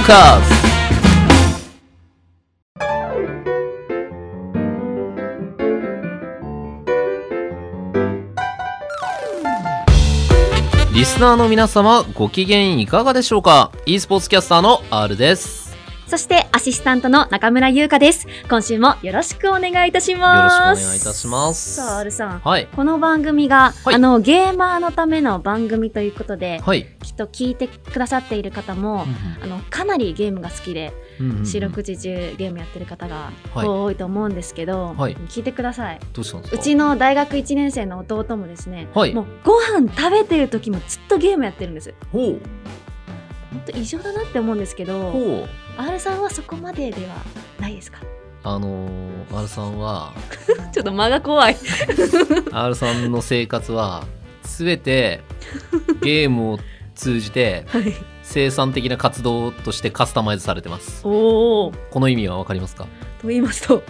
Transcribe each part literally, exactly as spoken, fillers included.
カーズ。リスナーの皆様ご機嫌いかがでしょうか。 e スポーツキャスターの R です。 そしてアシスタントの中村優香です。今週もよろしくお願いいたします。 よろしくお願いいたします。 さあ R さん、 はい、 この番組が、 はい、 あのゲーマーのための番組ということで、 はい、 きっと聞いてくださっている方も、うん、あのかなりゲームが好きで、うんうんうん、四六時中ゲームやってる方が多いと思うんですけど、はい、聞いてください。 どうしたんですか。 うちの大学いちねん生の弟もですね、 はい、 もうご飯食べてる時もずっとゲームやってるんです。 ほう、 本当異常だなって思うんですけど、 ほう、 R さんはそこまでではないですか。 あのー、R さんはちょっと間が怖い R さんの生活は全てゲームを通じて生産的な活動としてカスタマイズされてます。 おー、 この意味は分かりますか。 と言いますと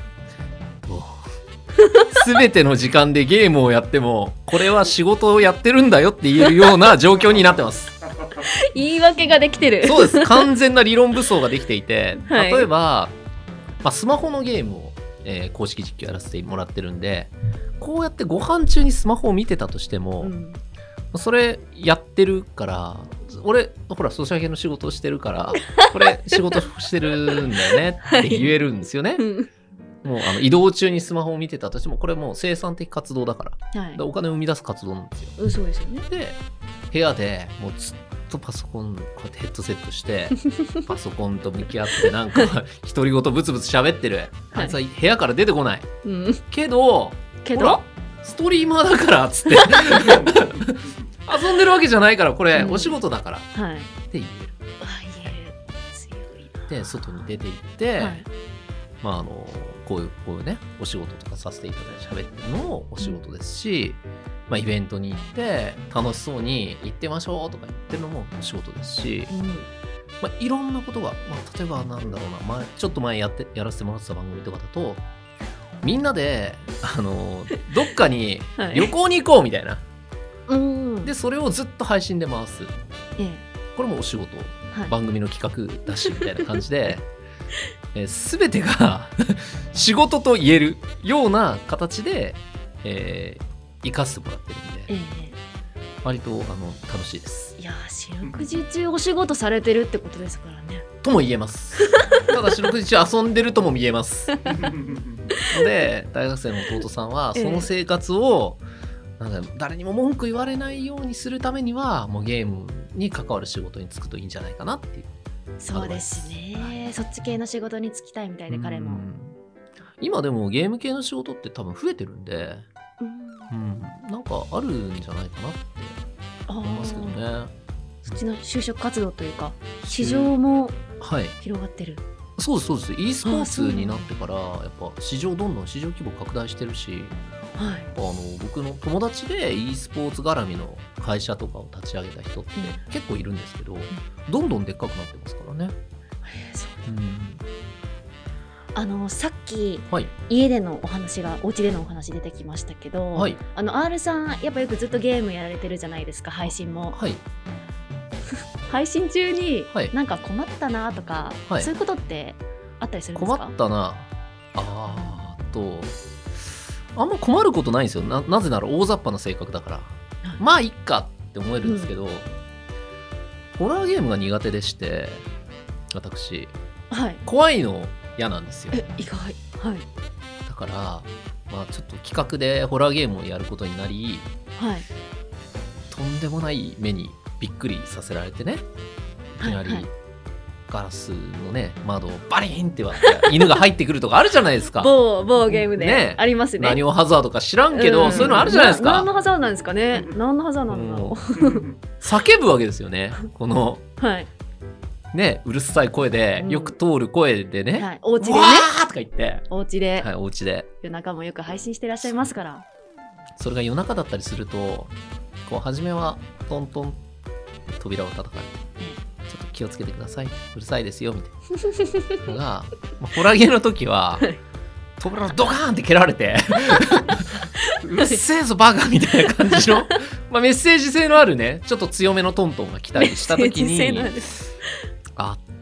全ての時間でゲームをやってもこれは仕事をやってるんだよって言えるような状況になってます言い訳ができてる。 そうです。完全な理論武装ができていて、 はい、 例えば、まあ、スマホのゲームを、えー、公式実況やらせてもらってるんで、こうやってご飯中にスマホを見てたとしても、うん、それやってるから、俺ほらソシャゲの仕事をしてるからこれ仕事してるんだよねって言えるんですよね、はい、うん、もうあの移動中にスマホを見てたとしてもこれもう生産的活動だから、はい、でお金を生み出す活動なんですよ。 うん、そうですよね。 で部屋でもうずっとパソコンこうやってヘッドセットしてパソコンと向き合ってなんか独り言ブツブツ喋ってる、はい、あいつは部屋から出てこない、うん、けどけどストリーマーだからっつって遊んでるわけじゃないからこれ、うん、お仕事だから、はい、って言える。 あ、言える。強いな。 で外に出て行って、はい、まああのこういうこういうねお仕事とかさせていただいて喋ってるのもお仕事ですし、うん、まあ、イベントに行って楽しそうに行ってましょうとか言ってるのもお仕事ですし、うん、まあ、いろんなことが、まあ、例えばなんだろうな、前ちょっと前やってやらせてもらってた番組とかだとみんなであのどっかに旅行に行こうみたいな、はい、でそれをずっと配信で回す、ええ、これもお仕事、はい、番組の企画だしみたいな感じでえー、全てが仕事と言えるような形で、えー、生かしてもらってるんで、ええ、割とあの楽しいです。 いや四六時中お仕事されてるってことですからね。 とも言えます。ただ四六時中遊んでるとも見えます。ので大学生の弟さんはその生活を、ええ、なんか誰にも文句言われないようにするためにはもうゲームに関わる仕事に就くといいんじゃないかなっていう。 そうですね、はい、そっち系の仕事に就きたいみたいで彼も今でもゲーム系の仕事って多分増えてるんで、うん、なんかあるんじゃないかなって思いますけどね。 そっちの就職活動というか市場も広がってる、はい、 そうですそうです。 e スポーツになってからやっぱ市場どんどん市場規模拡大してるし、はい、あの僕の友達で e スポーツ絡みの会社とかを立ち上げた人って結構いるんですけど、うん、どんどんでっかくなってますからね。へー、そうなんだ、うん、あのさっき、 はい、 家でのお話がお家でのお話出てきましたけど、はい、あの R さんやっぱよくずっとゲームやられてるじゃないですか、配信も、はい、配信中になんか困ったなとか、はい、そういうことってあったりするんですか。 困ったなあーとあんま困ることないんですよ。 な, なぜなら大雑把な性格だから、はい、まあいっかって思えるんですけど、うん、ホラーゲームが苦手でして私、はい、怖いの嫌なんですよ。 え意外、はい、 だから、まあ、ちょっと企画でホラーゲームをやることになり、はい、とんでもない目にびっくりさせられてね、いきなり、はいはい、ガラスのね窓をバリーンって割って犬が入ってくるとかあるじゃないですか。 某某ゲームで、ね、ありますね。 何をハザードか知らんけど、うん、そういうのあるじゃないですか。 何のハザードなんですかね。何のハザードなんだろう。 叫ぶわけですよね。この、 はい、 ね、うるさい声で、よく通る声でね、 うん、はい、お家でね、 わーとか言ってお家で、 はい、お家で夜中もよく配信してらっしゃいますから。 それが夜中だったりするとこう初めはトントン扉を叩かれて、ちょっと気をつけてください、うるさいですよみたいなのがホラゲの時は扉をドカーンって蹴られてうるせえぞバカみたいな感じのまあメッセージ性のあるねちょっと強めのトントンが来たりした時にあ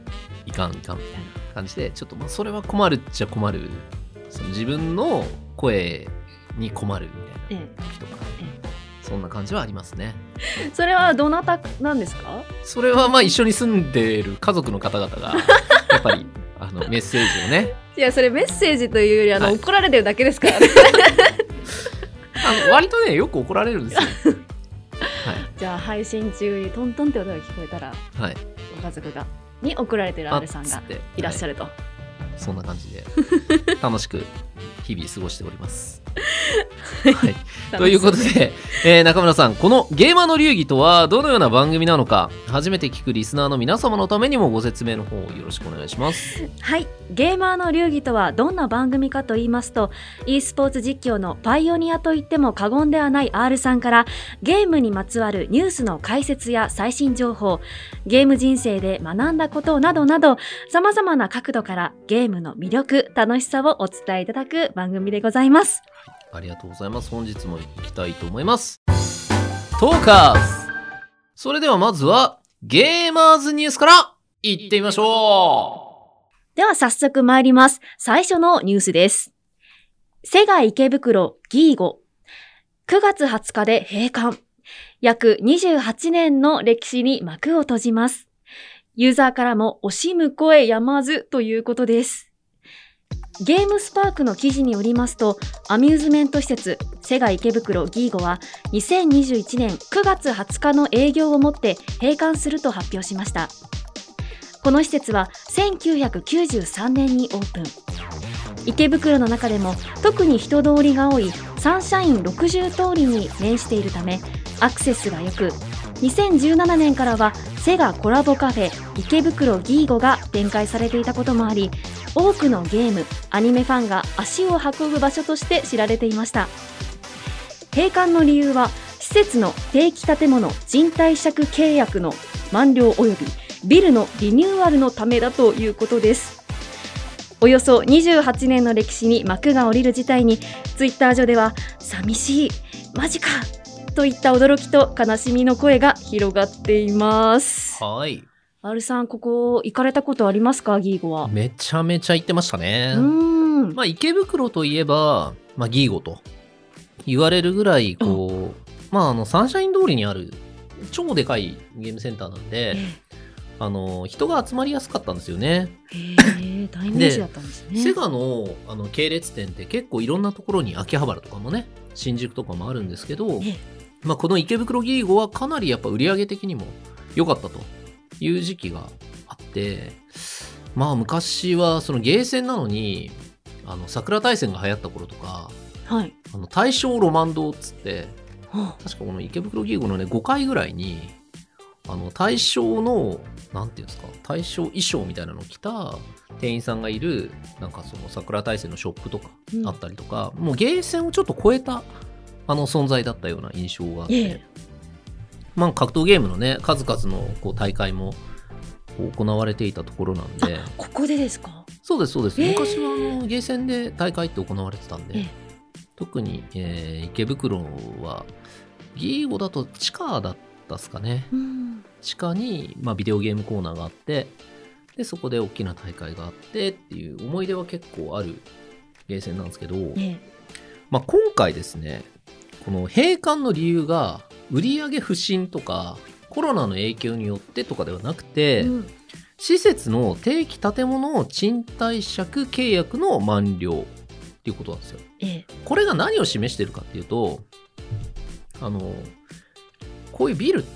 いかんいかんみたいな感じで、ちょっとまあそれは困るっちゃ困る、その自分の声に困るみたいな時とか、ええ、そんな感じはありますね。 それはどなたなんですか？ それはまあ一緒に住んでいる家族の方々がやっぱりあのメッセージをねいやそれメッセージというよりあの、はい、怒られてるだけですからねあの割とねよく怒られるんですよ、はい、 じゃあ配信中にトントンって音が聞こえたら、はい、ご家族がに怒られてる R さんがいらっしゃると、はい、 そんな感じで楽しく日々過ごしておりますはい、ということで、えー、中村さん、このゲーマーの流儀とはどのような番組なのか、初めて聞くリスナーの皆様のためにもご説明の方をよろしくお願いします。 はい、ゲーマーの流儀とはどんな番組かと言いますと、 e スポーツ実況のパイオニアと言っても過言ではない R さんからゲームにまつわるニュースの解説や最新情報、ゲーム人生で学んだことなどなど、さまざまな角度からゲームの魅力、楽しさをお伝えいただく番組でございます。 ありがとうございます。本日も行きたいと思います。トーカーズ。それではまずはゲーマーズニュースから行ってみましょう。では早速参ります。最初のニュースです。セガ池袋ギーゴ。くがつはつかで閉館。約にじゅうはちねんの歴史に幕を閉じます。ユーザーからも惜しむ声やまずということです。ゲームスパークの記事によりますと、アミューズメント施設セガ池袋ギーゴはにせんにじゅういちねんくがつはつかの営業をもって閉館すると発表しました。この施設はせんきゅうひゃくきゅうじゅうさんねんにオープン。池袋の中でも特に人通りが多いサンシャインろくじゅう通りに面しているためアクセスが良く、にせんじゅうななねんからはセガコラボカフェ池袋ギーゴが展開されていたこともあり、多くのゲーム、アニメファンが足を運ぶ場所として知られていました。閉館の理由は施設の定期建物賃貸借契約の満了及びビルのリニューアルのためだということです。およそにじゅうはちねんの歴史に幕が下りる事態にツイッター上では寂しい、マジかといった驚きと悲しみの声が広がっています。 はい。 R さん、ここ行かれたことありますか？ギーゴは。 めちゃめちゃ行ってましたね。うーん、まあ、池袋といえば、まあ、ギーゴと言われるぐらいこう、うん、まあ、あのサンシャイン通りにある超でかいゲームセンターなんで、えー、あの人が集まりやすかったんですよね。 へえ、大名詞だったんですね。 セガ の, あの系列店って結構いろんなところに秋葉原とかもね、新宿とかもあるんですけど、えーまあ、この池袋ギーゴはかなりやっぱ売り上げ的にも良かったという時期があって、まあ昔はそのゲーセンなのにあの桜大戦が流行った頃とか、はい、あの大正ロマン堂っつって、はあ、確かこの池袋ギーゴのねごかいぐらいにあの大正のなんていうんですか、大正衣装みたいなのを着た店員さんがいるなんかその桜大戦のショップとかあったりとか、うん、もうゲーセンをちょっと超えたあの存在だったような印象があって、ええ、まあ、格闘ゲームのね数々のこう大会も行われていたところなんで。 ここでですか？ そうですそうです、えー、昔はあのゲーセンで大会って行われてたんで、えー、特に、えー、池袋はギーゴだと地下だったっすかね、うん、地下に、まあ、ビデオゲームコーナーがあって、でそこで大きな大会があってっていう思い出は結構あるゲーセンなんですけど、えーまあ、今回ですねこの閉館の理由が売上不振とかコロナの影響によってとかではなくて、うん、施設の定期建物賃貸借契約の満了っていうことなんですよ、ええ、これが何を示しているかっていうと、あのこういうビルって、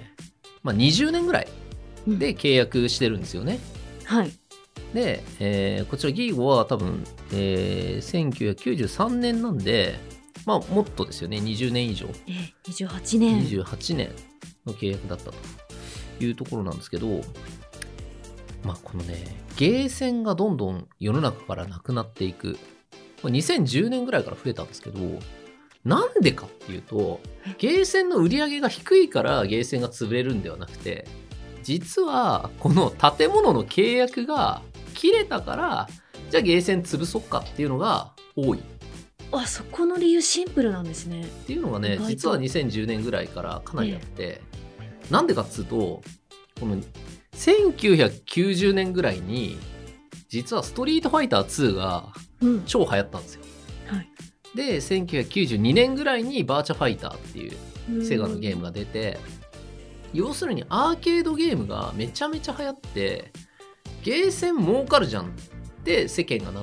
まあ、にじゅうねんぐらいで契約してるんですよね、うん、はい。で、えー、こちらギーゴは多分、えー、せんきゅうひゃくきゅうじゅうさんねんなんで、まあ、もっとですよね、にじゅうねん以上、 えー、にじゅうはちねんにじゅうはちねんの契約だったというところなんですけど、まあこのねゲーセンがどんどん世の中からなくなっていく、にせんじゅうねんぐらいから増えたんですけど、なんでかっていうとゲーセンの売り上げが低いからゲーセンが潰れるんではなくて、実はこの建物の契約が切れたからじゃあゲーセン潰そっかっていうのが多い。 あ、そこの理由シンプルなんですね。 っていうのがね実はにせんじゅうねんぐらいからかなりあって、うん、なんでかっつうとこのせんきゅうひゃくきゅうじゅうねんぐらいに実はストリートファイターツーが超流行ったんですよ、 うんはい、 でせんきゅうひゃくきゅうじゅうにねんぐらいにバーチャファイターっていうセガのゲームが出て、要するにアーケードゲームがめちゃめちゃ流行ってゲーセン儲かるじゃんって世間がなって、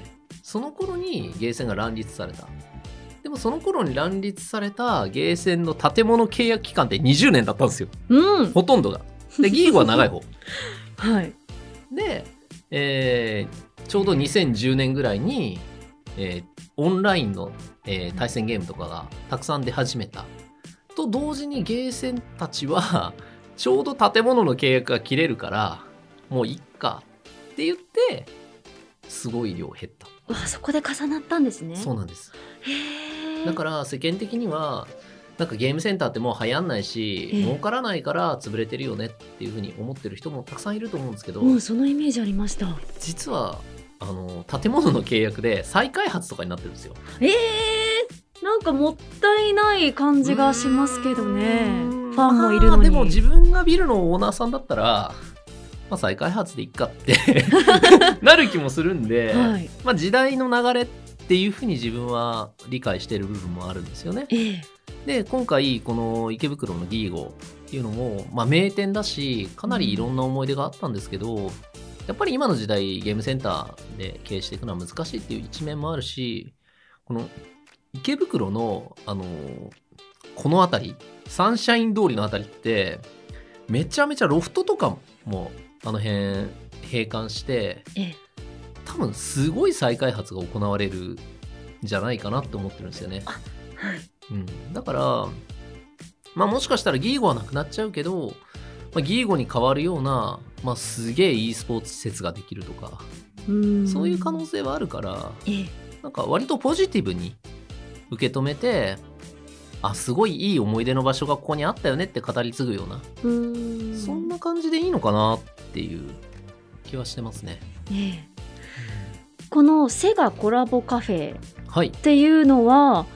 その頃にゲーセンが乱立された。でもその頃に乱立されたゲーセンの建物契約期間ってにじゅうねんだったんですよ、 うん、 ほとんどが。でギーゴは長い方はいで、えー、ちょうどにせんじゅうねんぐらいに、えー、オンラインの、えー、対戦ゲームとかがたくさん出始めたと同時に、ゲーセンたちはちょうど建物の契約が切れるからもういっかって言ってすごい量減った。 あそこで重なったんですね。 そうなんです。 へー。 だから世間的にはなんかゲームセンターってもう流行んないし、えー、儲からないから潰れてるよねっていうふうに思ってる人もたくさんいると思うんですけど、 うん、そのイメージありました。 実はあの建物の契約で再開発とかになってるんですよ。 えー、なんかもったいない感じがしますけどね。ファンもいるのに。 でも自分がビルのオーナーさんだったら、まあ、再開発でいっかってなる気もするんで、はい、まあ、時代の流れっていうふうに自分は理解している部分もあるんですよね。 えー、 で今回この池袋のギーゴっていうのも、まあ、名店だしかなりいろんな思い出があったんですけど、うん、やっぱり今の時代ゲームセンターで経営していくのは難しいっていう一面もあるし、この池袋の、あのー、この辺りサンシャイン通りの辺りってめちゃめちゃロフトとかもあの辺閉館して、 ええ、 多分すごい再開発が行われるんじゃないかなって思ってるんですよね。 あ、はい、 うん、だから、まあ、もしかしたらギーゴはなくなっちゃうけど、まあ、ギーゴに代わるような、まあ、すげえ e スポーツ施設ができるとか、うーん、そういう可能性はあるから、 ええ、 なんか割とポジティブに受け止めて、あ、すごいいい思い出の場所がここにあったよねって語り継ぐような、うーん、そんな感じでいいのかなっていう気はしてますね。 ええ、このセガコラボカフェっていうのは、はい、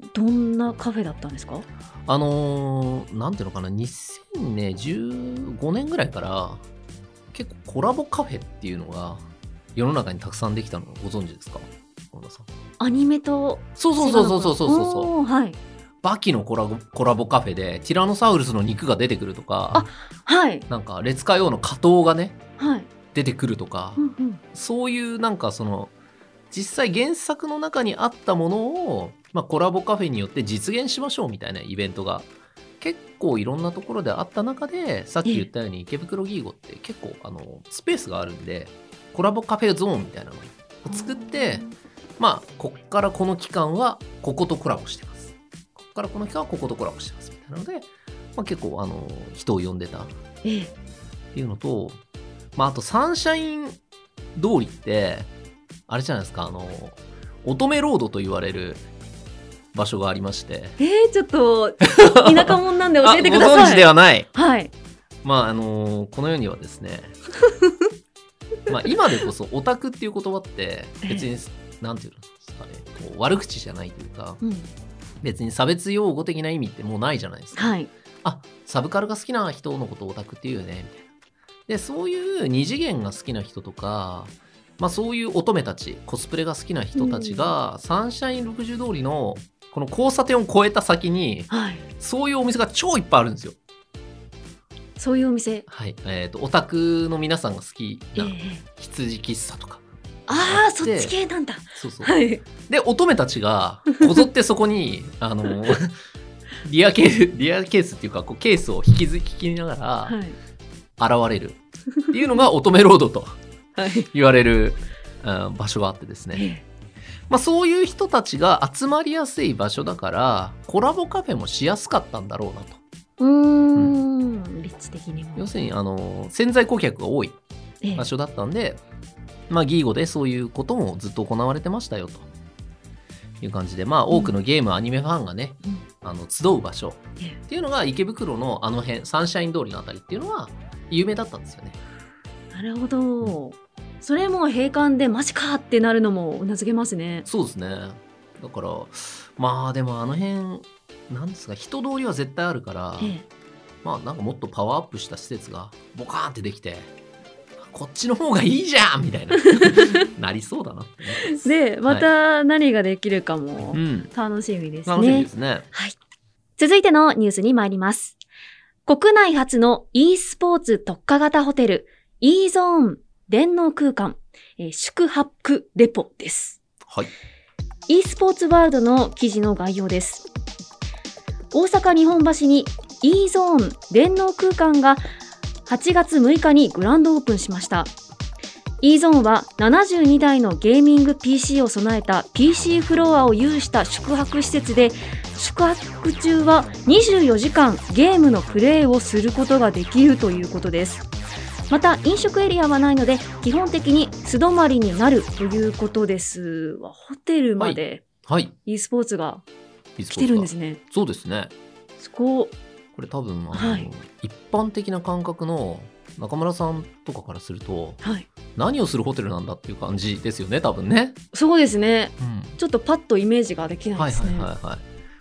どんなカフェだったんですか？ あのー、なんていうのかな、にせんじゅうごねんぐらいから結構コラボカフェっていうのが世の中にたくさんできたのご存知ですか？小田さん。 アニメとそうそうそうそうそうそうそう、 はい、 バキのコラボ、コラボカフェでティラノサウルスの肉が出てくるとか、 あ、はい、 なんか列海王の加藤がね、 はい、 出てくるとか、 うんうん、 そういうなんかその実際原作の中にあったものを、まあ、コラボカフェによって実現しましょうみたいなイベントが結構いろんなところであった中で、さっき言ったように池袋ギーゴって結構あのスペースがあるんでコラボカフェゾーンみたいなのを作って、まあこっからこの期間はこことコラボしてます、こっからこの期間はこことコラボしてますみたいなので、まあ、結構あの人を呼んでたっていうのと、まあ、あとサンシャイン通りってあれじゃないですか、あの乙女ロードと言われる場所がありまして、 えー、ちょっと田舎者なんで教えてください。 ご存知ではない。 はい。 まああのこの世にはですねまあ今でこそオタクっていう言葉って別になんていうんですかね、こう悪口じゃないというか、うん、別に差別用語的な意味ってもうないじゃないですか。 はい。 あ、サブカルが好きな人のことをオタクっていうよねみたいな。でそういう二次元が好きな人とか、まあ、そういう乙女たちコスプレが好きな人たちが、うん、サンシャインろくじゅう通りのこの交差点を越えた先に、はい、そういうお店が超いっぱいあるんですよ。 そういうお店、 はい、えーと、オタクの皆さんが好きな羊喫茶とか、 えー、ああそっち系なんだ。 そうそう、はい、で乙女たちがこぞってそこにあのリアケースリアケースっていうかこうケースを引きず引きながら現れるっていうのが乙女ロードと言われる、はい、場所があってですね、えーまあ、そういう人たちが集まりやすい場所だからコラボカフェもしやすかったんだろうなと。 うーん、うん、立地的にも要するにあの潜在顧客が多い場所だったんで、ええ、まあ、ギーゴでそういうこともずっと行われてましたよという感じで、まあ、多くのゲーム、うん、アニメファンがね、うん、あの集う場所っていうのが池袋のあの辺サンシャイン通りのあたりっていうのは有名だったんですよね。 なるほど、うん、それも閉館でマジかってなるのもうなずけますね。 そうですね。だからまあでもあの辺なんですか、人通りは絶対あるから、ええ、 まあなんかもっとパワーアップした施設がボカーンってできて、こっちの方がいいじゃんみたいななりそうだなってでまた何ができるかも楽しみですね、 うん、楽しみですね。 はい、続いてのニュースに参ります。国内初の e スポーツ特化型ホテル e ゾーン電脳空間、えー、宿泊レポです。 はい。 e スポーツワールドの記事の概要です。大阪日本橋に e ゾーン電脳空間がはちがつむいかにグランドオープンしました。e ゾーンはななじゅうにだいのゲーミング ピーシー を備えた ピーシー フロアを有した宿泊施設で、宿泊中はにじゅうよじかんゲームのプレイをすることができるということです。また飲食エリアはないので基本的に素泊まりになるということです。ホテルまで e スポーツが来てるんですね。 そうですね。 そここれ多分あの、はい、一般的な感覚の中村さんとかからすると、はい、何をするホテルなんだっていう感じですよね、多分ね。 そうですね、うん、ちょっとパッとイメージができないですね。 はいはいはいはい、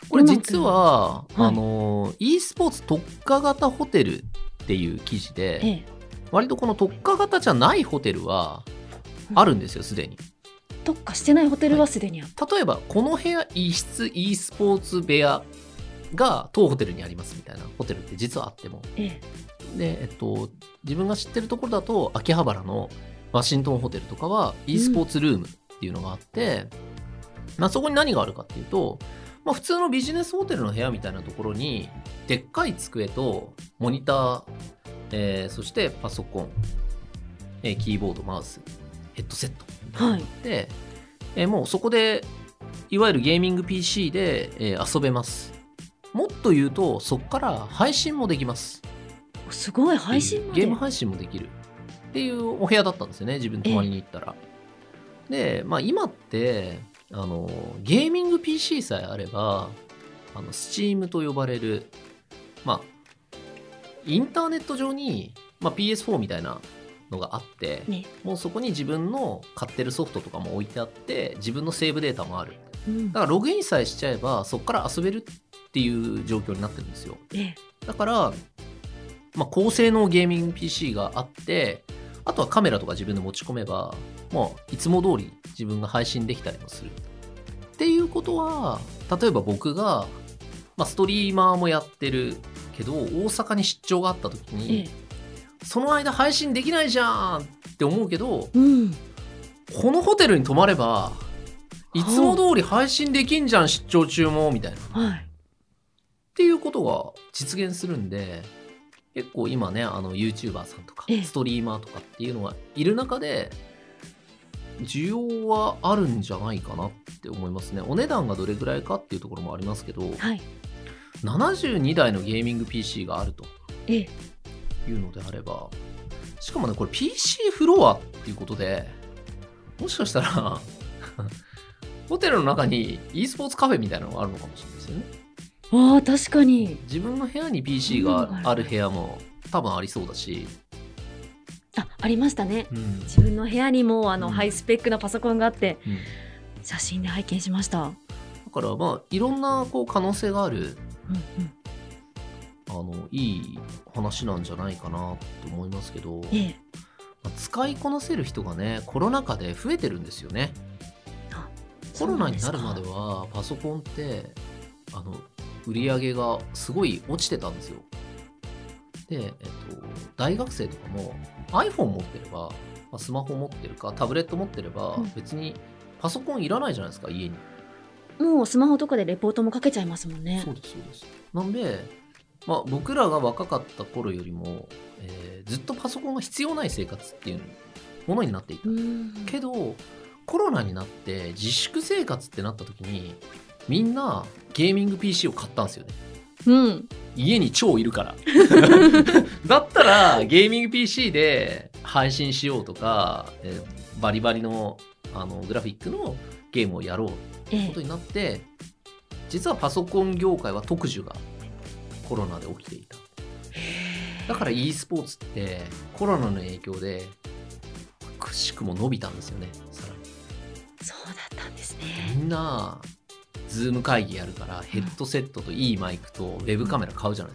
これ実は、はい、あの e スポーツ特化型ホテルっていう記事で、ええ、割とこの特化型じゃないホテルはあるんですよ、すでに。 特化してないホテルはすでにある、 はい、例えばこの部屋一室 e スポーツ部屋が当ホテルにありますみたいなホテルって実はあっても、ええでえっと、自分が知ってるところだと秋葉原のワシントンホテルとかは e スポーツルームっていうのがあって、うんまあ、そこに何があるかっていうと、まあ、普通のビジネスホテルの部屋みたいなところにでっかい机とモニター、えー、そしてパソコン、えー、キーボードマウスヘッドセットで、はいえー、もうそこでいわゆるゲーミング ピーシー で、えー、遊べます。もっと言うとそこから配信もできます。 すごい、配信までゲーム配信もできるっていうお部屋だったんですよね、自分泊まりに行ったら。で、まあ、今ってあのゲーミング ピーシー さえあればあの Steam と呼ばれる、まあ、インターネット上に、まあ、ピーエスフォー みたいなのがあって、ね、もうそこに自分の買ってるソフトとかも置いてあって自分のセーブデータもある、うん、だからログインさえしちゃえばそこから遊べるっていう状況になってるんですよ。ええ、だから、まあ、高性能ゲーミング ピーシー があってあとはカメラとか自分で持ち込めばもういつも通り自分が配信できたりもするっていうことは、例えば僕が、まあ、ストリーマーもやってるけど大阪に出張があった時に、ええ、その間配信できないじゃんって思うけど、うん、このホテルに泊まればいつも通り配信できんじゃん、出張中もみたいな、はい、っていうことが実現するんで、結構今ねあの YouTuber さんとかストリーマーとかっていうのがいる中で需要はあるんじゃないかなって思いますね。お値段がどれぐらいかっていうところもありますけど、はい、ななじゅうにだいのゲーミング ピーシー があるというのであれば、しかもねこれ ピーシー フロアっていうことでもしかしたらホテルの中に e スポーツカフェみたいなのがあるのかもしれないですよね。 ああ、確かに自分の部屋に ピーシー がある部屋も多分ありそうだし、 あ、ありましたね、うん、自分の部屋にもあの、うん、ハイスペックなパソコンがあって、うん、写真で拝見しました。 だからまあいろんなこう可能性がある、うんうん、あのいい話なんじゃないかなと思いますけど、ええ、まあ、使いこなせる人がねコロナ禍で増えてるんですよね。コロナになるまではパソコンってあの売り上げがすごい落ちてたんですよ。で、えっと、大学生とかも iPhone 持ってれば、スマホ持ってるかタブレット持ってれば、うん、別にパソコンいらないじゃないですか、家に。 もうスマホとかでレポートもかけちゃいますもんね。 そうですそうです。なんで、まあ、僕らが若かった頃よりも、えー、ずっとパソコンが必要ない生活っていうものになっていたけど、コロナになって自粛生活ってなった時にみんなゲーミング ピーシー を買ったんですよね。うん、家に超いるからだったらゲーミング ピーシー で配信しようとか、えー、バリバリ の, あのグラフィックのゲームをやろうってことになって、ええ、実はパソコン業界は特需がコロナで起きていた。だから e スポーツってコロナの影響でくしくも伸びたんですよね。さらにそうだったんですね。 みんなズーム会議やるからヘッドセットといいマイクとウェブカメラ買うじゃないですか、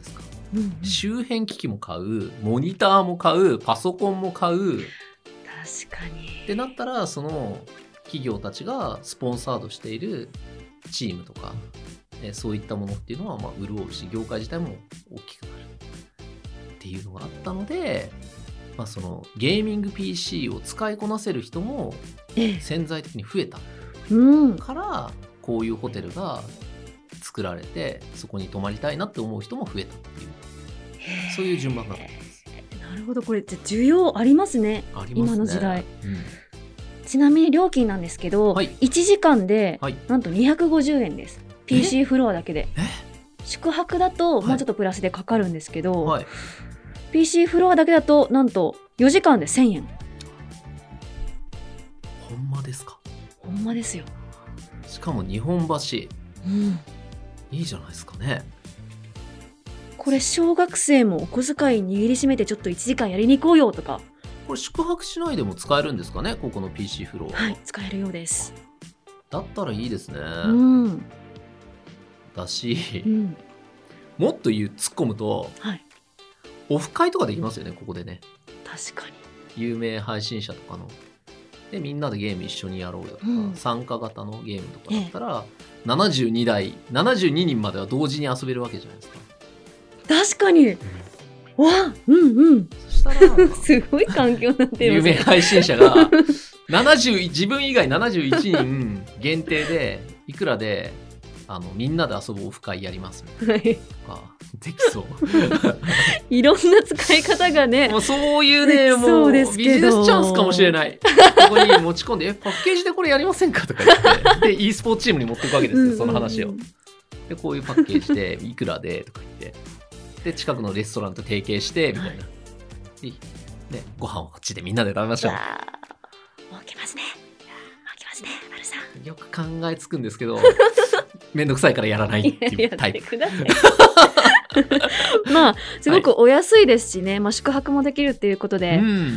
うんうん、 周辺機器も買う、モニターも買う、パソコンも買う。 確かに。 ってなったらその企業たちがスポンサードしているチームとか、えそういったものっていうのはまあ潤うし、業界自体も大きくなるっていうのがあったので、まあ、そのゲーミング ピーシー を使いこなせる人も潜在的に増えたから、こういうホテルが作られてそこに泊まりたいなって思う人も増えたっていう、そういう順番があります。 なるほど、これ需要ありますね。 ありますね、 今の時代、 うん、 ちなみに料金なんですけど、はい、いちじかんでなんとにひゃくごじゅうえんです。 ピーシー フロアだけで。宿泊だともうちょっとプラスでかかるんですけど、はい、ピーシー フロアだけだとなんとよじかんでせんえん。 ほんまですか？ ほんまですよ。 しかも日本橋、 うん、 いいじゃないですかね。 これ小学生もお小遣い握りしめてちょっといちじかんやりに行こうよとか。 これ宿泊しないでも使えるんですかね、ここの ピーシー フロア。 はい、使えるようです。 だったらいいですね、 うん、 だし、 うん、 もっと言う突っ込むと、 はい、 オフ会とかできますよね、ここでね。 確かに。 有名配信者とかのでみんなでゲーム一緒にやろうよとか、うん、参加型のゲームとかだったら、ええ、ななじゅうにだいななじゅうににんまでは同時に遊べるわけじゃないですか。 確かに、うん、わうんうんそしたらすごい環境になってる。 有名配信者がななじゅう自分以外ななじゅういちにん限定でいくらであのみんなで遊ぶオフ会やりますみたいな、はい、できそういろんな使い方がね、 もうそういうね、もうビジネスチャンスかもしれない。ここに持ち込んでえパッケージでこれやりませんかとか言ってで e スポーツチームに持っていくわけですよ、その話を。でこういうパッケージでいくらでとか言ってで近くのレストランと提携してみたいな、はい、でご飯をこっちでみんなで食べましょう。 儲けますね、儲けますね、アルさん。 よく考えつくんですけどめんどくさいからやらないっていうタイプ。 やってくださいまあすごくお安いですしね、はい、まあ、宿泊もできるっていうことで、うん、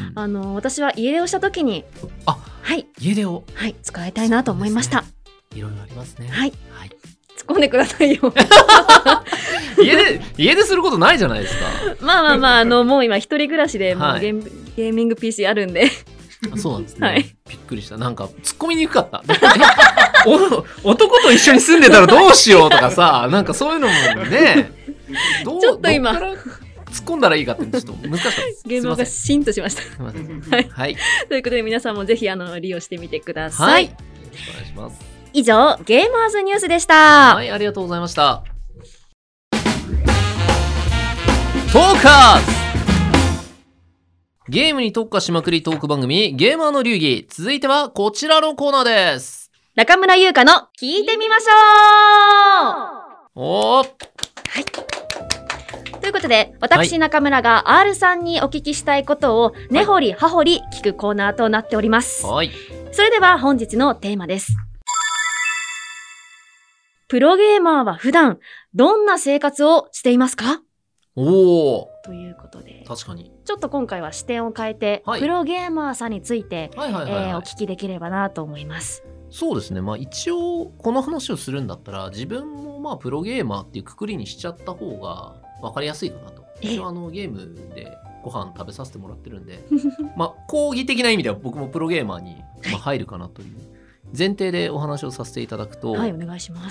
あの私は家出をした時にあ、 はい、 家出を、 はい、使いたいなと思いました。 いろいろありますね。 はい、 はい、 突っ込んでくださいよ家で家ですることないじゃないですか。 まあまあまあ、あのもう今一人暮らしでもうゲーム、はい、ゲーミング ピーシー あるんであ、そうなんですね、 はい、 びっくりした。なんか突っ込みにくかったお男と一緒に住んでたらどうしようとかさ、なんかそういうのもねどうちょっと今どっから突っ込んだらいいかってちょっと難しかったです。 ゲームがシンとしましたはい、はい、ということで皆さんもぜひあの利用してみてください。 はい、よろしくお願いします。 以上ゲーマーズニュースでした。 はい、ありがとうございました。トーカーズ、ゲームに特化しまくりトーク番組ゲーマーの流儀。続いてはこちらのコーナーです。 中村優香の聞いてみましょう。 おー、はい 、ということで私、はい、中村が R さんにお聞きしたいことを根掘り葉掘り聞くコーナーとなっております。 はい、 それでは本日のテーマです。プロゲーマーは普段どんな生活をしていますか？ おー、 ということで、 確かにちょっと今回は視点を変えて、はい、プロゲーマーさんについてお聞きできればなと思います。 そうですね、まあ、一応この話をするんだったら自分もまあプロゲーマーっていうくくりにしちゃった方が分かりやすいかなと。一応あのゲームでご飯食べさせてもらってるんでまあ講義的な意味では僕もプロゲーマーにまあ入るかなという前提でお話をさせていただくと、 はい、お願いします。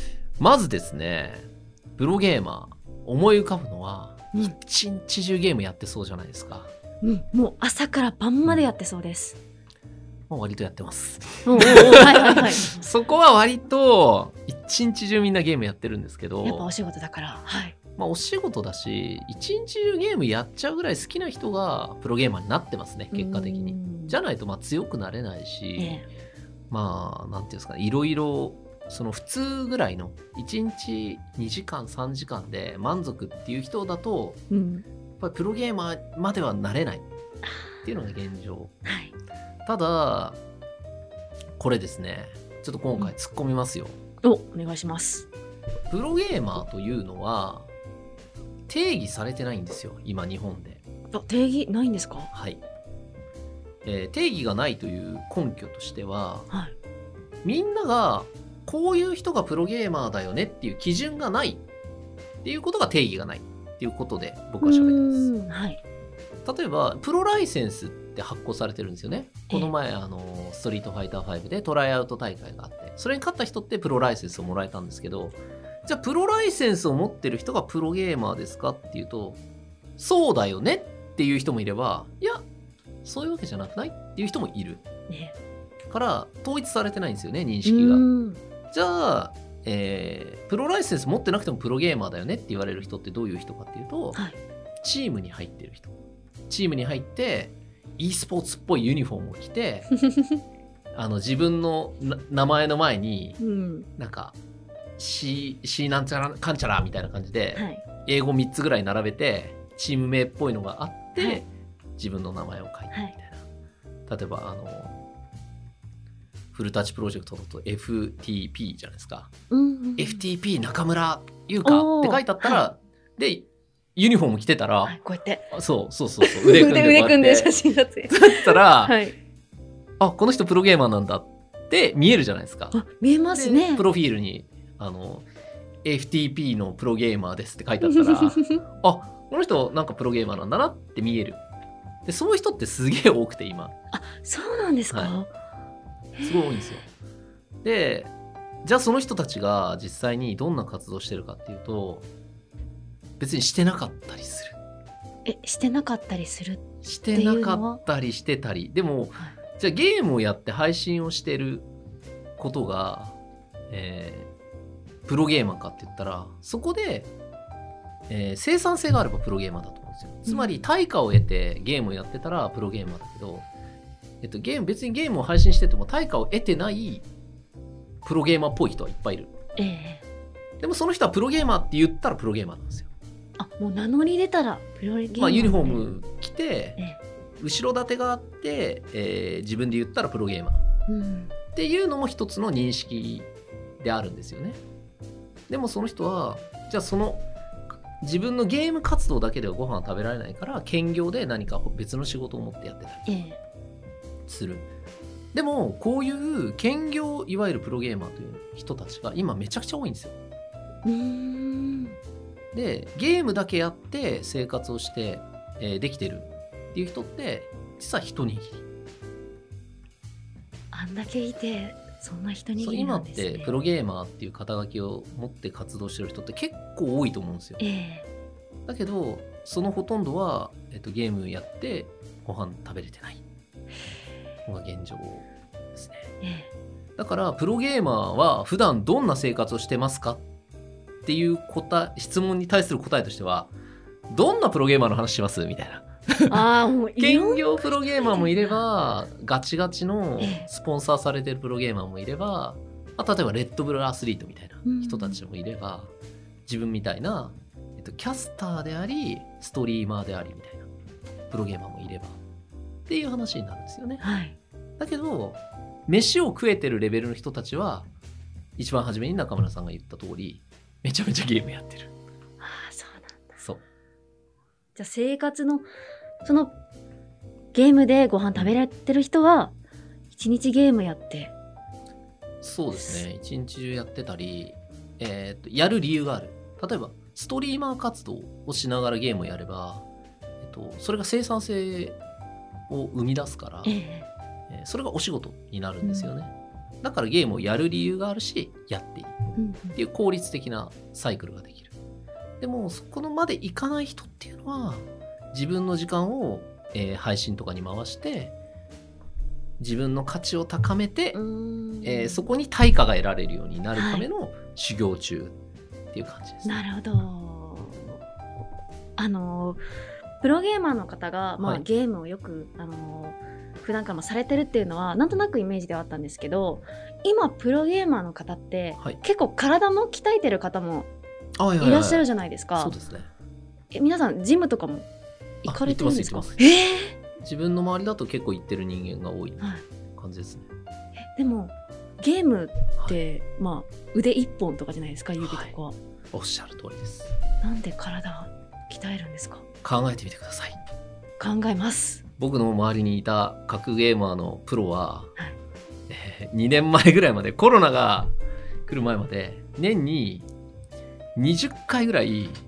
まずですね、プロゲーマー思い浮かぶのは、うん、一日中ゲームやってそうじゃないですか。 うん、もう朝から晩までやってそうです。 まあ、割とやってますおうおうおう、はいはいはい、 そこは割と一日中みんなゲームやってるんですけど、 やっぱお仕事だから、はい、 まあ、お仕事だし一日中ゲームやっちゃうぐらい好きな人がプロゲーマーになってますね、結果的に。じゃないとまあ強くなれないし、ええ、まあなんていうんですかね、いろいろその普通ぐらいのいちにちにじかんさんじかんで満足っていう人だと、うん、やっぱりプロゲーマーまではなれないっていうのが現状、 はい、 ただこれですね、ちょっと今回突っ込みますよ、 うん、おお願いします。 プロゲーマーというのは定義されてないんですよ、今日本で。 あ、定義ないんですか？ はい、えー、定義がないという根拠としては、はい、みんながこういう人がプロゲーマーだよねっていう基準がないっていうことが定義がない。 っていうことで僕は喋ってます、 はい、 例えばプロライセンスって発行されてるんですよね。この前あのストリートファイターファイブでトライアウト大会があって、それに勝った人ってプロライセンスをもらえたんですけど、じゃあプロライセンスを持ってる人がプロゲーマーですかっていうと、そうだよねっていう人もいれば、いやそういうわけじゃなくないっていう人もいる、ね、から統一されてないんですよね、認識が。じゃあ、えー、プロライセンス持ってなくてもプロゲーマーだよねって言われる人ってどういう人かっていうと、はい、チームに入ってる人、チームに入って e スポーツっぽいユニフォームを着てあの自分の名前の前に、うん、なんか C, C なんちゃらかんちゃらみたいな感じで、はい、英語みっつぐらい並べてチーム名っぽいのがあって、はい、自分の名前を書いてみたいな、はい、例えばあのフルタッチプロジェクトだと エフティーピー じゃないですか、うんうん、エフティーピー 中村優香って書いてあったら、はい、でユニフォーム着てたら、はい、 こうやってそうそうそうそう腕組んで腕組んで写真撮影だったら、はい、あこの人プロゲーマーなんだって見えるじゃないですか。 あ見えますね。 プロフィールにあの エフティーピー のプロゲーマーですって書いてあったらあこの人なんかプロゲーマーなんだなって見える。でそういう人ってすげえ多くて今。 あそうなんですか、はい、 すごい多いんですよ。でじゃあその人たちが実際にどんな活動してるかっていうと、別にしてなかったりする。 えしてなかったりするってしてなかったりしてたりでも、はい、じゃあゲームをやって配信をしてることが、えー、プロゲーマーかって言ったらそこで、えー、生産性があればプロゲーマーだと思うんですよ。つまり対価を得てゲームをやってたらプロゲーマーだけど、えっと、ゲーム別にゲームを配信してても対価を得てないプロゲーマーっぽい人はいっぱいいる、えー、でもその人はプロゲーマーって言ったらプロゲーマーなんですよ。 あもう名乗り出たらプロゲーマー、 まあ、ユニフォーム着て、えー、後ろ盾があって、えー、自分で言ったらプロゲーマー、うん、っていうのも一つの認識であるんですよね。でもその人はじゃあその自分のゲーム活動だけではご飯を食べられないから兼業で何か別の仕事を持ってやってたりする、ええ、でもこういう兼業いわゆるプロゲーマーという人たちが今めちゃくちゃ多いんですよ。うーんでゲームだけやって生活をして、えー、できてるっていう人って実は一握り。 あんだけいてそんな一握りなんですね。 今ってプロゲーマーっていう肩書きを持って活動してる人って結構多いと思うんですよ、えー、だけどそのほとんどは、えっと、ゲームやってご飯食べれてないのが現状ですね、えー、だからプロゲーマーは普段どんな生活をしてますかっていう答え質問に対する答えとしてはどんなプロゲーマーの話しますみたいなあもう兼業プロゲーマーもいればガチガチのスポンサーされてるプロゲーマーもいれば、あ例えばレッドブルアスリートみたいな人たちもいれば、うん、自分みたいな、えっと、キャスターでありストリーマーでありみたいなプロゲーマーもいればっていう話になるんですよね、はい、だけど飯を食えてるレベルの人たちは一番初めに中村さんが言った通りめちゃめちゃゲームやってる。 ああそうなんだ。 そう。 じゃあ生活のそのゲームでご飯食べられてる人は一日ゲームやって。 そうですね。一日中やってたり、えー、とやる理由がある。例えばストリーマー活動をしながらゲームをやれば、えっと、それが生産性を生み出すから、えーえー、それがお仕事になるんですよね、うん、だからゲームをやる理由があるしやっていいっていう効率的なサイクルができる。でもそこまでいかない人っていうのは自分の時間を、えー、配信とかに回して自分の価値を高めて、えー、そこに対価が得られるようになるための修行中っていう感じです、ね、 はい、なるほど。あのプロゲーマーの方が、まあはい、ゲームをよくあの普段からもされてるっていうのはなんとなくイメージではあったんですけど、今プロゲーマーの方って、はい、結構体も鍛えてる方もいらっしゃるじゃないですか。 そうですね。 え皆さんジムとかも行かれてるんですか？ えー、自分の周りだと結構行ってる人間が多い感じですね、はい、 でもゲームって、はい、まあ腕一本とかじゃないですか、指とか、はい、 おっしゃる通りです。 なんで体鍛えるんですか？ 考えてみてください。 考えます。僕の周りにいた格ゲーマーのプロは、はいえー、にねんまえぐらいまでコロナが来る前まで年ににじゅっかいぐらい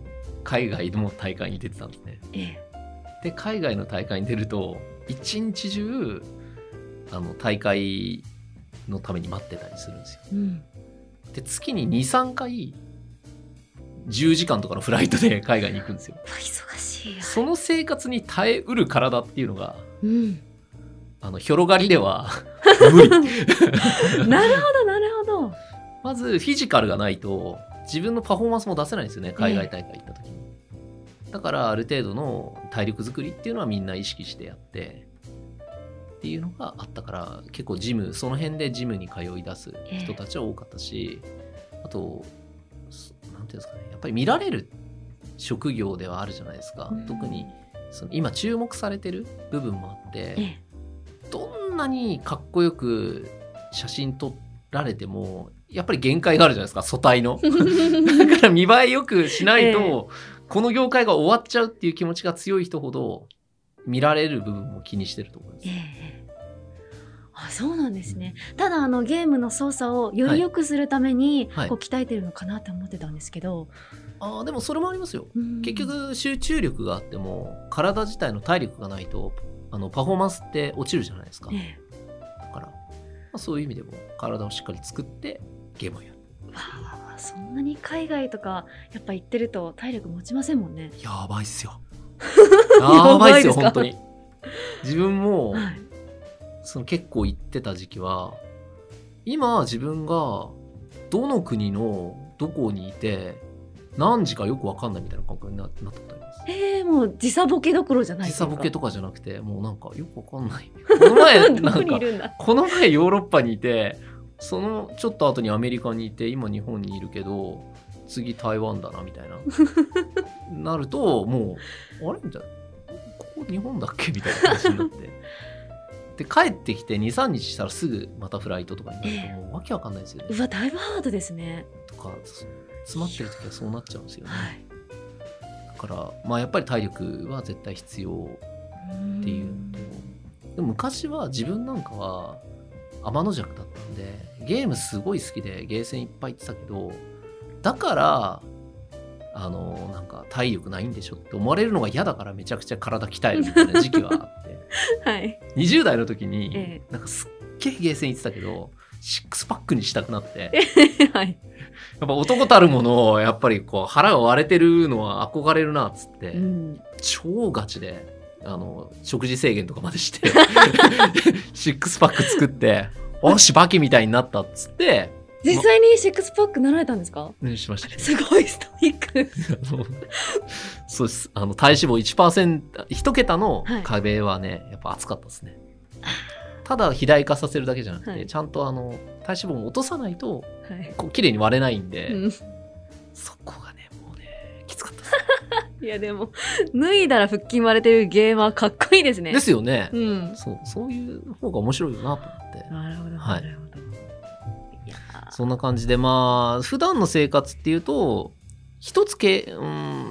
海外の大会に出てたんですね。ええ、で海外の大会に出ると一日中あの大会のために待ってたりするんですよ。うん、で月に にさんかいじゅうじかんとかのフライトで海外に行くんですよ。 忙しい。 その生活に耐えうる体っていうのが、 うん、 あの広がりでは無理。 なるほどなるほど。 まずフィジカルがないと自分のパフォーマンスも出せないんですよね、海外大会行った時に。えー、だからある程度の体力作りっていうのはみんな意識してやってっていうのがあったから、結構ジム、その辺でジムに通い出す人たちは多かったし、えー、あとなんていうんですかね、やっぱり見られる職業ではあるじゃないですか。うん、特にその今注目されてる部分もあって、えー、どんなにかっこよく写真撮られてもやっぱり限界があるじゃないですか、素体の。だから見栄えよくしないと、えー、この業界が終わっちゃうっていう気持ちが強い人ほど見られる部分も気にしてると思います。えーあ、そうなんですね。ただあのゲームの操作をより良くするために、はい、こう鍛えてるのかなって思ってたんですけど、 あ、でもそれもありますよ。結局集中力があっても体自体の体力がないとあのパフォーマンスって落ちるじゃないですか。ええ、だから、まあ、そういう意味でも体をしっかり作ってゲームをやる。 わあ、そんなに海外とかやっぱ行ってると体力持ちませんもんね。 やばいっすよ。やばいっすよ本当に。自分も、はい、その結構行ってた時期は、今自分がどの国のどこにいて何時かよく分かんないみたいな感覚になってたります。 えー、もう時差ボケどころじゃないですか。 時差ボケとかじゃなくて、もうなんかよく分かんない。この前なんかこの前ヨーロッパにいて、そのちょっと後にアメリカにいて、今日本にいるけど次台湾だなみたいななると、もうあれみたいな、ここ日本だっけみたいな感じになって。で帰ってきて にさんにちしたらすぐまたフライトとかになると、えー、もうわけわかんないですよね。 うわ、だいぶハードですね。 とか詰まってる時はそうなっちゃうんですよね。はい、だからまあやっぱり体力は絶対必要っていうのと、でも昔は自分なんかは天の弱だったんでゲームすごい好きでゲーセンいっぱい行ってたけど、だからあのなんか体力ないんでしょって思われるのが嫌だからめちゃくちゃ体鍛えるみたいな時期はあって、はい、にじゅう代の時に、ええ、なんかすっげえゲーセン行ってたけどシックスパックにしたくなって、はい、やっぱ男たるものをやっぱりこう腹が割れてるのは憧れるなっつって、うん、超ガチであの食事制限とかまでしてシックスパック作っておしバキみたいになったっつって。 実際にシックスパックなられたんですか？ ね、しました。 すごいストイック。 そうです。あの体脂肪 いちパーセント、一桁の壁はね、はい、やっぱ厚かったですね。ただ肥大化させるだけじゃなくて、はい、ちゃんとあの体脂肪を落とさないと、はい、こう綺麗に割れないんで、うん、そこがねもうねきつかったです。 いやでも脱いだら腹筋割れてるゲーマーかっこいいですね。 ですよね。うん、そうそういう方が面白いよなと思って。 なるほど、 はい、 なるほど。 そんな感じで、まあ普段の生活っていうと一つけ、うん、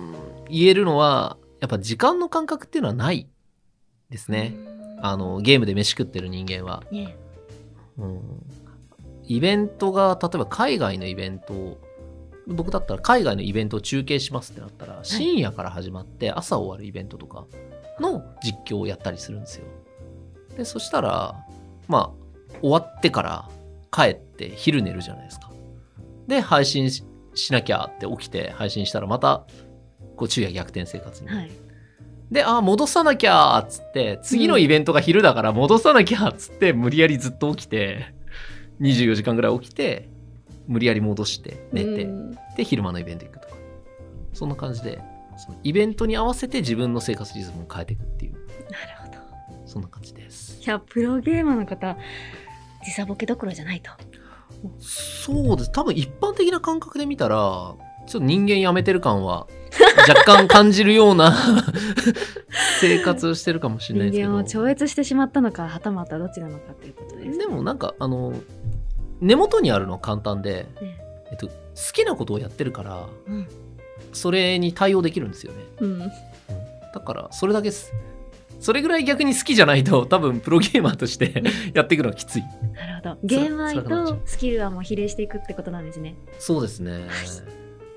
言えるのはやっぱ時間の感覚っていうのはないですね。あのゲームで飯食ってる人間は、yeah. うん、イベントが例えば海外のイベント、僕だったら海外のイベントを中継しますってなったら深夜から始まって朝終わるイベントとかの実況をやったりするんですよ。でそしたらまあ終わってから帰って昼寝るじゃないですか。で配信 し, しなきゃって起きて配信したらまたこう昼夜逆転生活に、はい、であ戻さなきゃっつって次のイベントが昼だから戻さなきゃっつって無理やりずっと起きてにじゅうよじかんぐらい起きて無理やり戻して寝て、で昼間のイベント行くとか、そんな感じでそのイベントに合わせて自分の生活リズムを変えていくっていう。なるほど、 そんな感じです。 いやプロゲーマーの方時差ボケどころじゃないと。 そうです。多分一般的な感覚で見たらちょっと人間やめてる感は若干感じるような生活をしてるかもしれないですけど、 人間を超越してしまったのかはたまたどっちなのかということです。 でもなんかあの根元にあるのは簡単で、ねえっと、好きなことをやってるから、うん、それに対応できるんですよね、うん、だからそれだけです。それぐらい逆に好きじゃないと多分プロゲーマーとしてやっていくのはきつい。 なるほど。ゲーム愛とスキルはもう比例していくってことなんですね。 そうですね。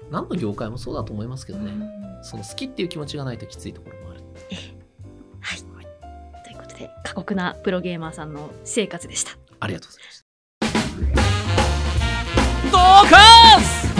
何の業界もそうだと思いますけどね、その好きっていう気持ちがないときついところもある。 はい、はい、ということで過酷なプロゲーマーさんの生活でした。 ありがとうございました。ドカンス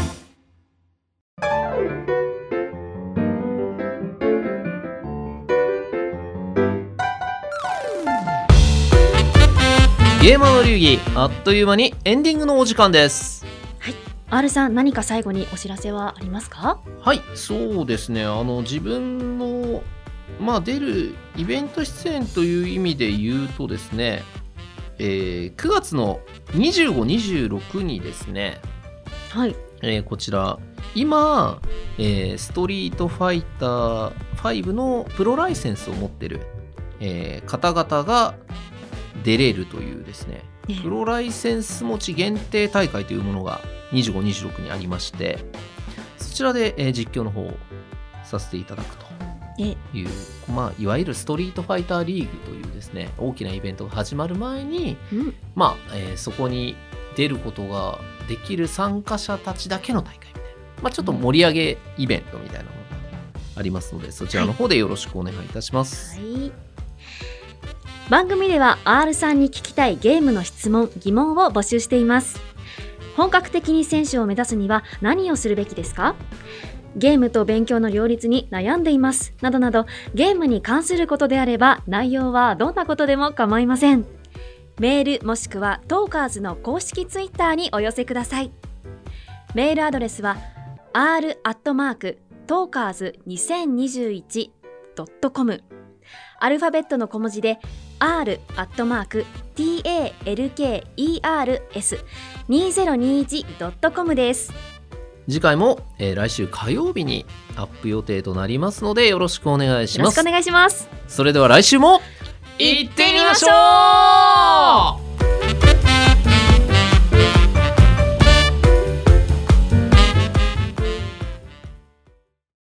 ゲーマーの流儀、あっという間にエンディングのお時間です。 はい、R さん、何か最後にお知らせはありますか？ はい、そうですね、あの自分の、まあ、出るイベント出演という意味で言うとですね、えー、くがつのにじゅうご、にじゅうろくにですね、 はい、 えー、こちら今、えー、ストリートファイターファイブのプロライセンスを持ってる、えー、方々が出れるというですね、プロライセンス持ち限定大会というものがにじゅうご、にじゅうろくにありまして、そちらで、えー、実況の方をさせていただくという、まあ、いわゆるストリートファイターリーグというですね、大きなイベントが始まる前に、うん、まあえー、そこに出ることができる参加者たちだけの大会みたいな、まあ、ちょっと盛り上げイベントみたいなものがありますので、そちらの方でよろしくお願いいたします。 はいはい、番組では R さんに聞きたいゲームの質問・疑問を募集しています。本格的に選手を目指すには何をするべきですか？ゲームと勉強の両立に悩んでいますなどなど、ゲームに関することであれば内容はどんなことでも構いません。メールもしくはトーカーズの公式ツイッターにお寄せください。メールアドレスは アール アットマーク トーカーズにせんにじゅういち ドット コム、 アルファベットの小文字で アール アットマーク トーカーズにせんにじゅういち ドット コム です。 次回も、えー、来週火曜日にアップ予定となりますのでよろしくお願いします。 よろしくお願いします。 それでは来週も行ってみましょう。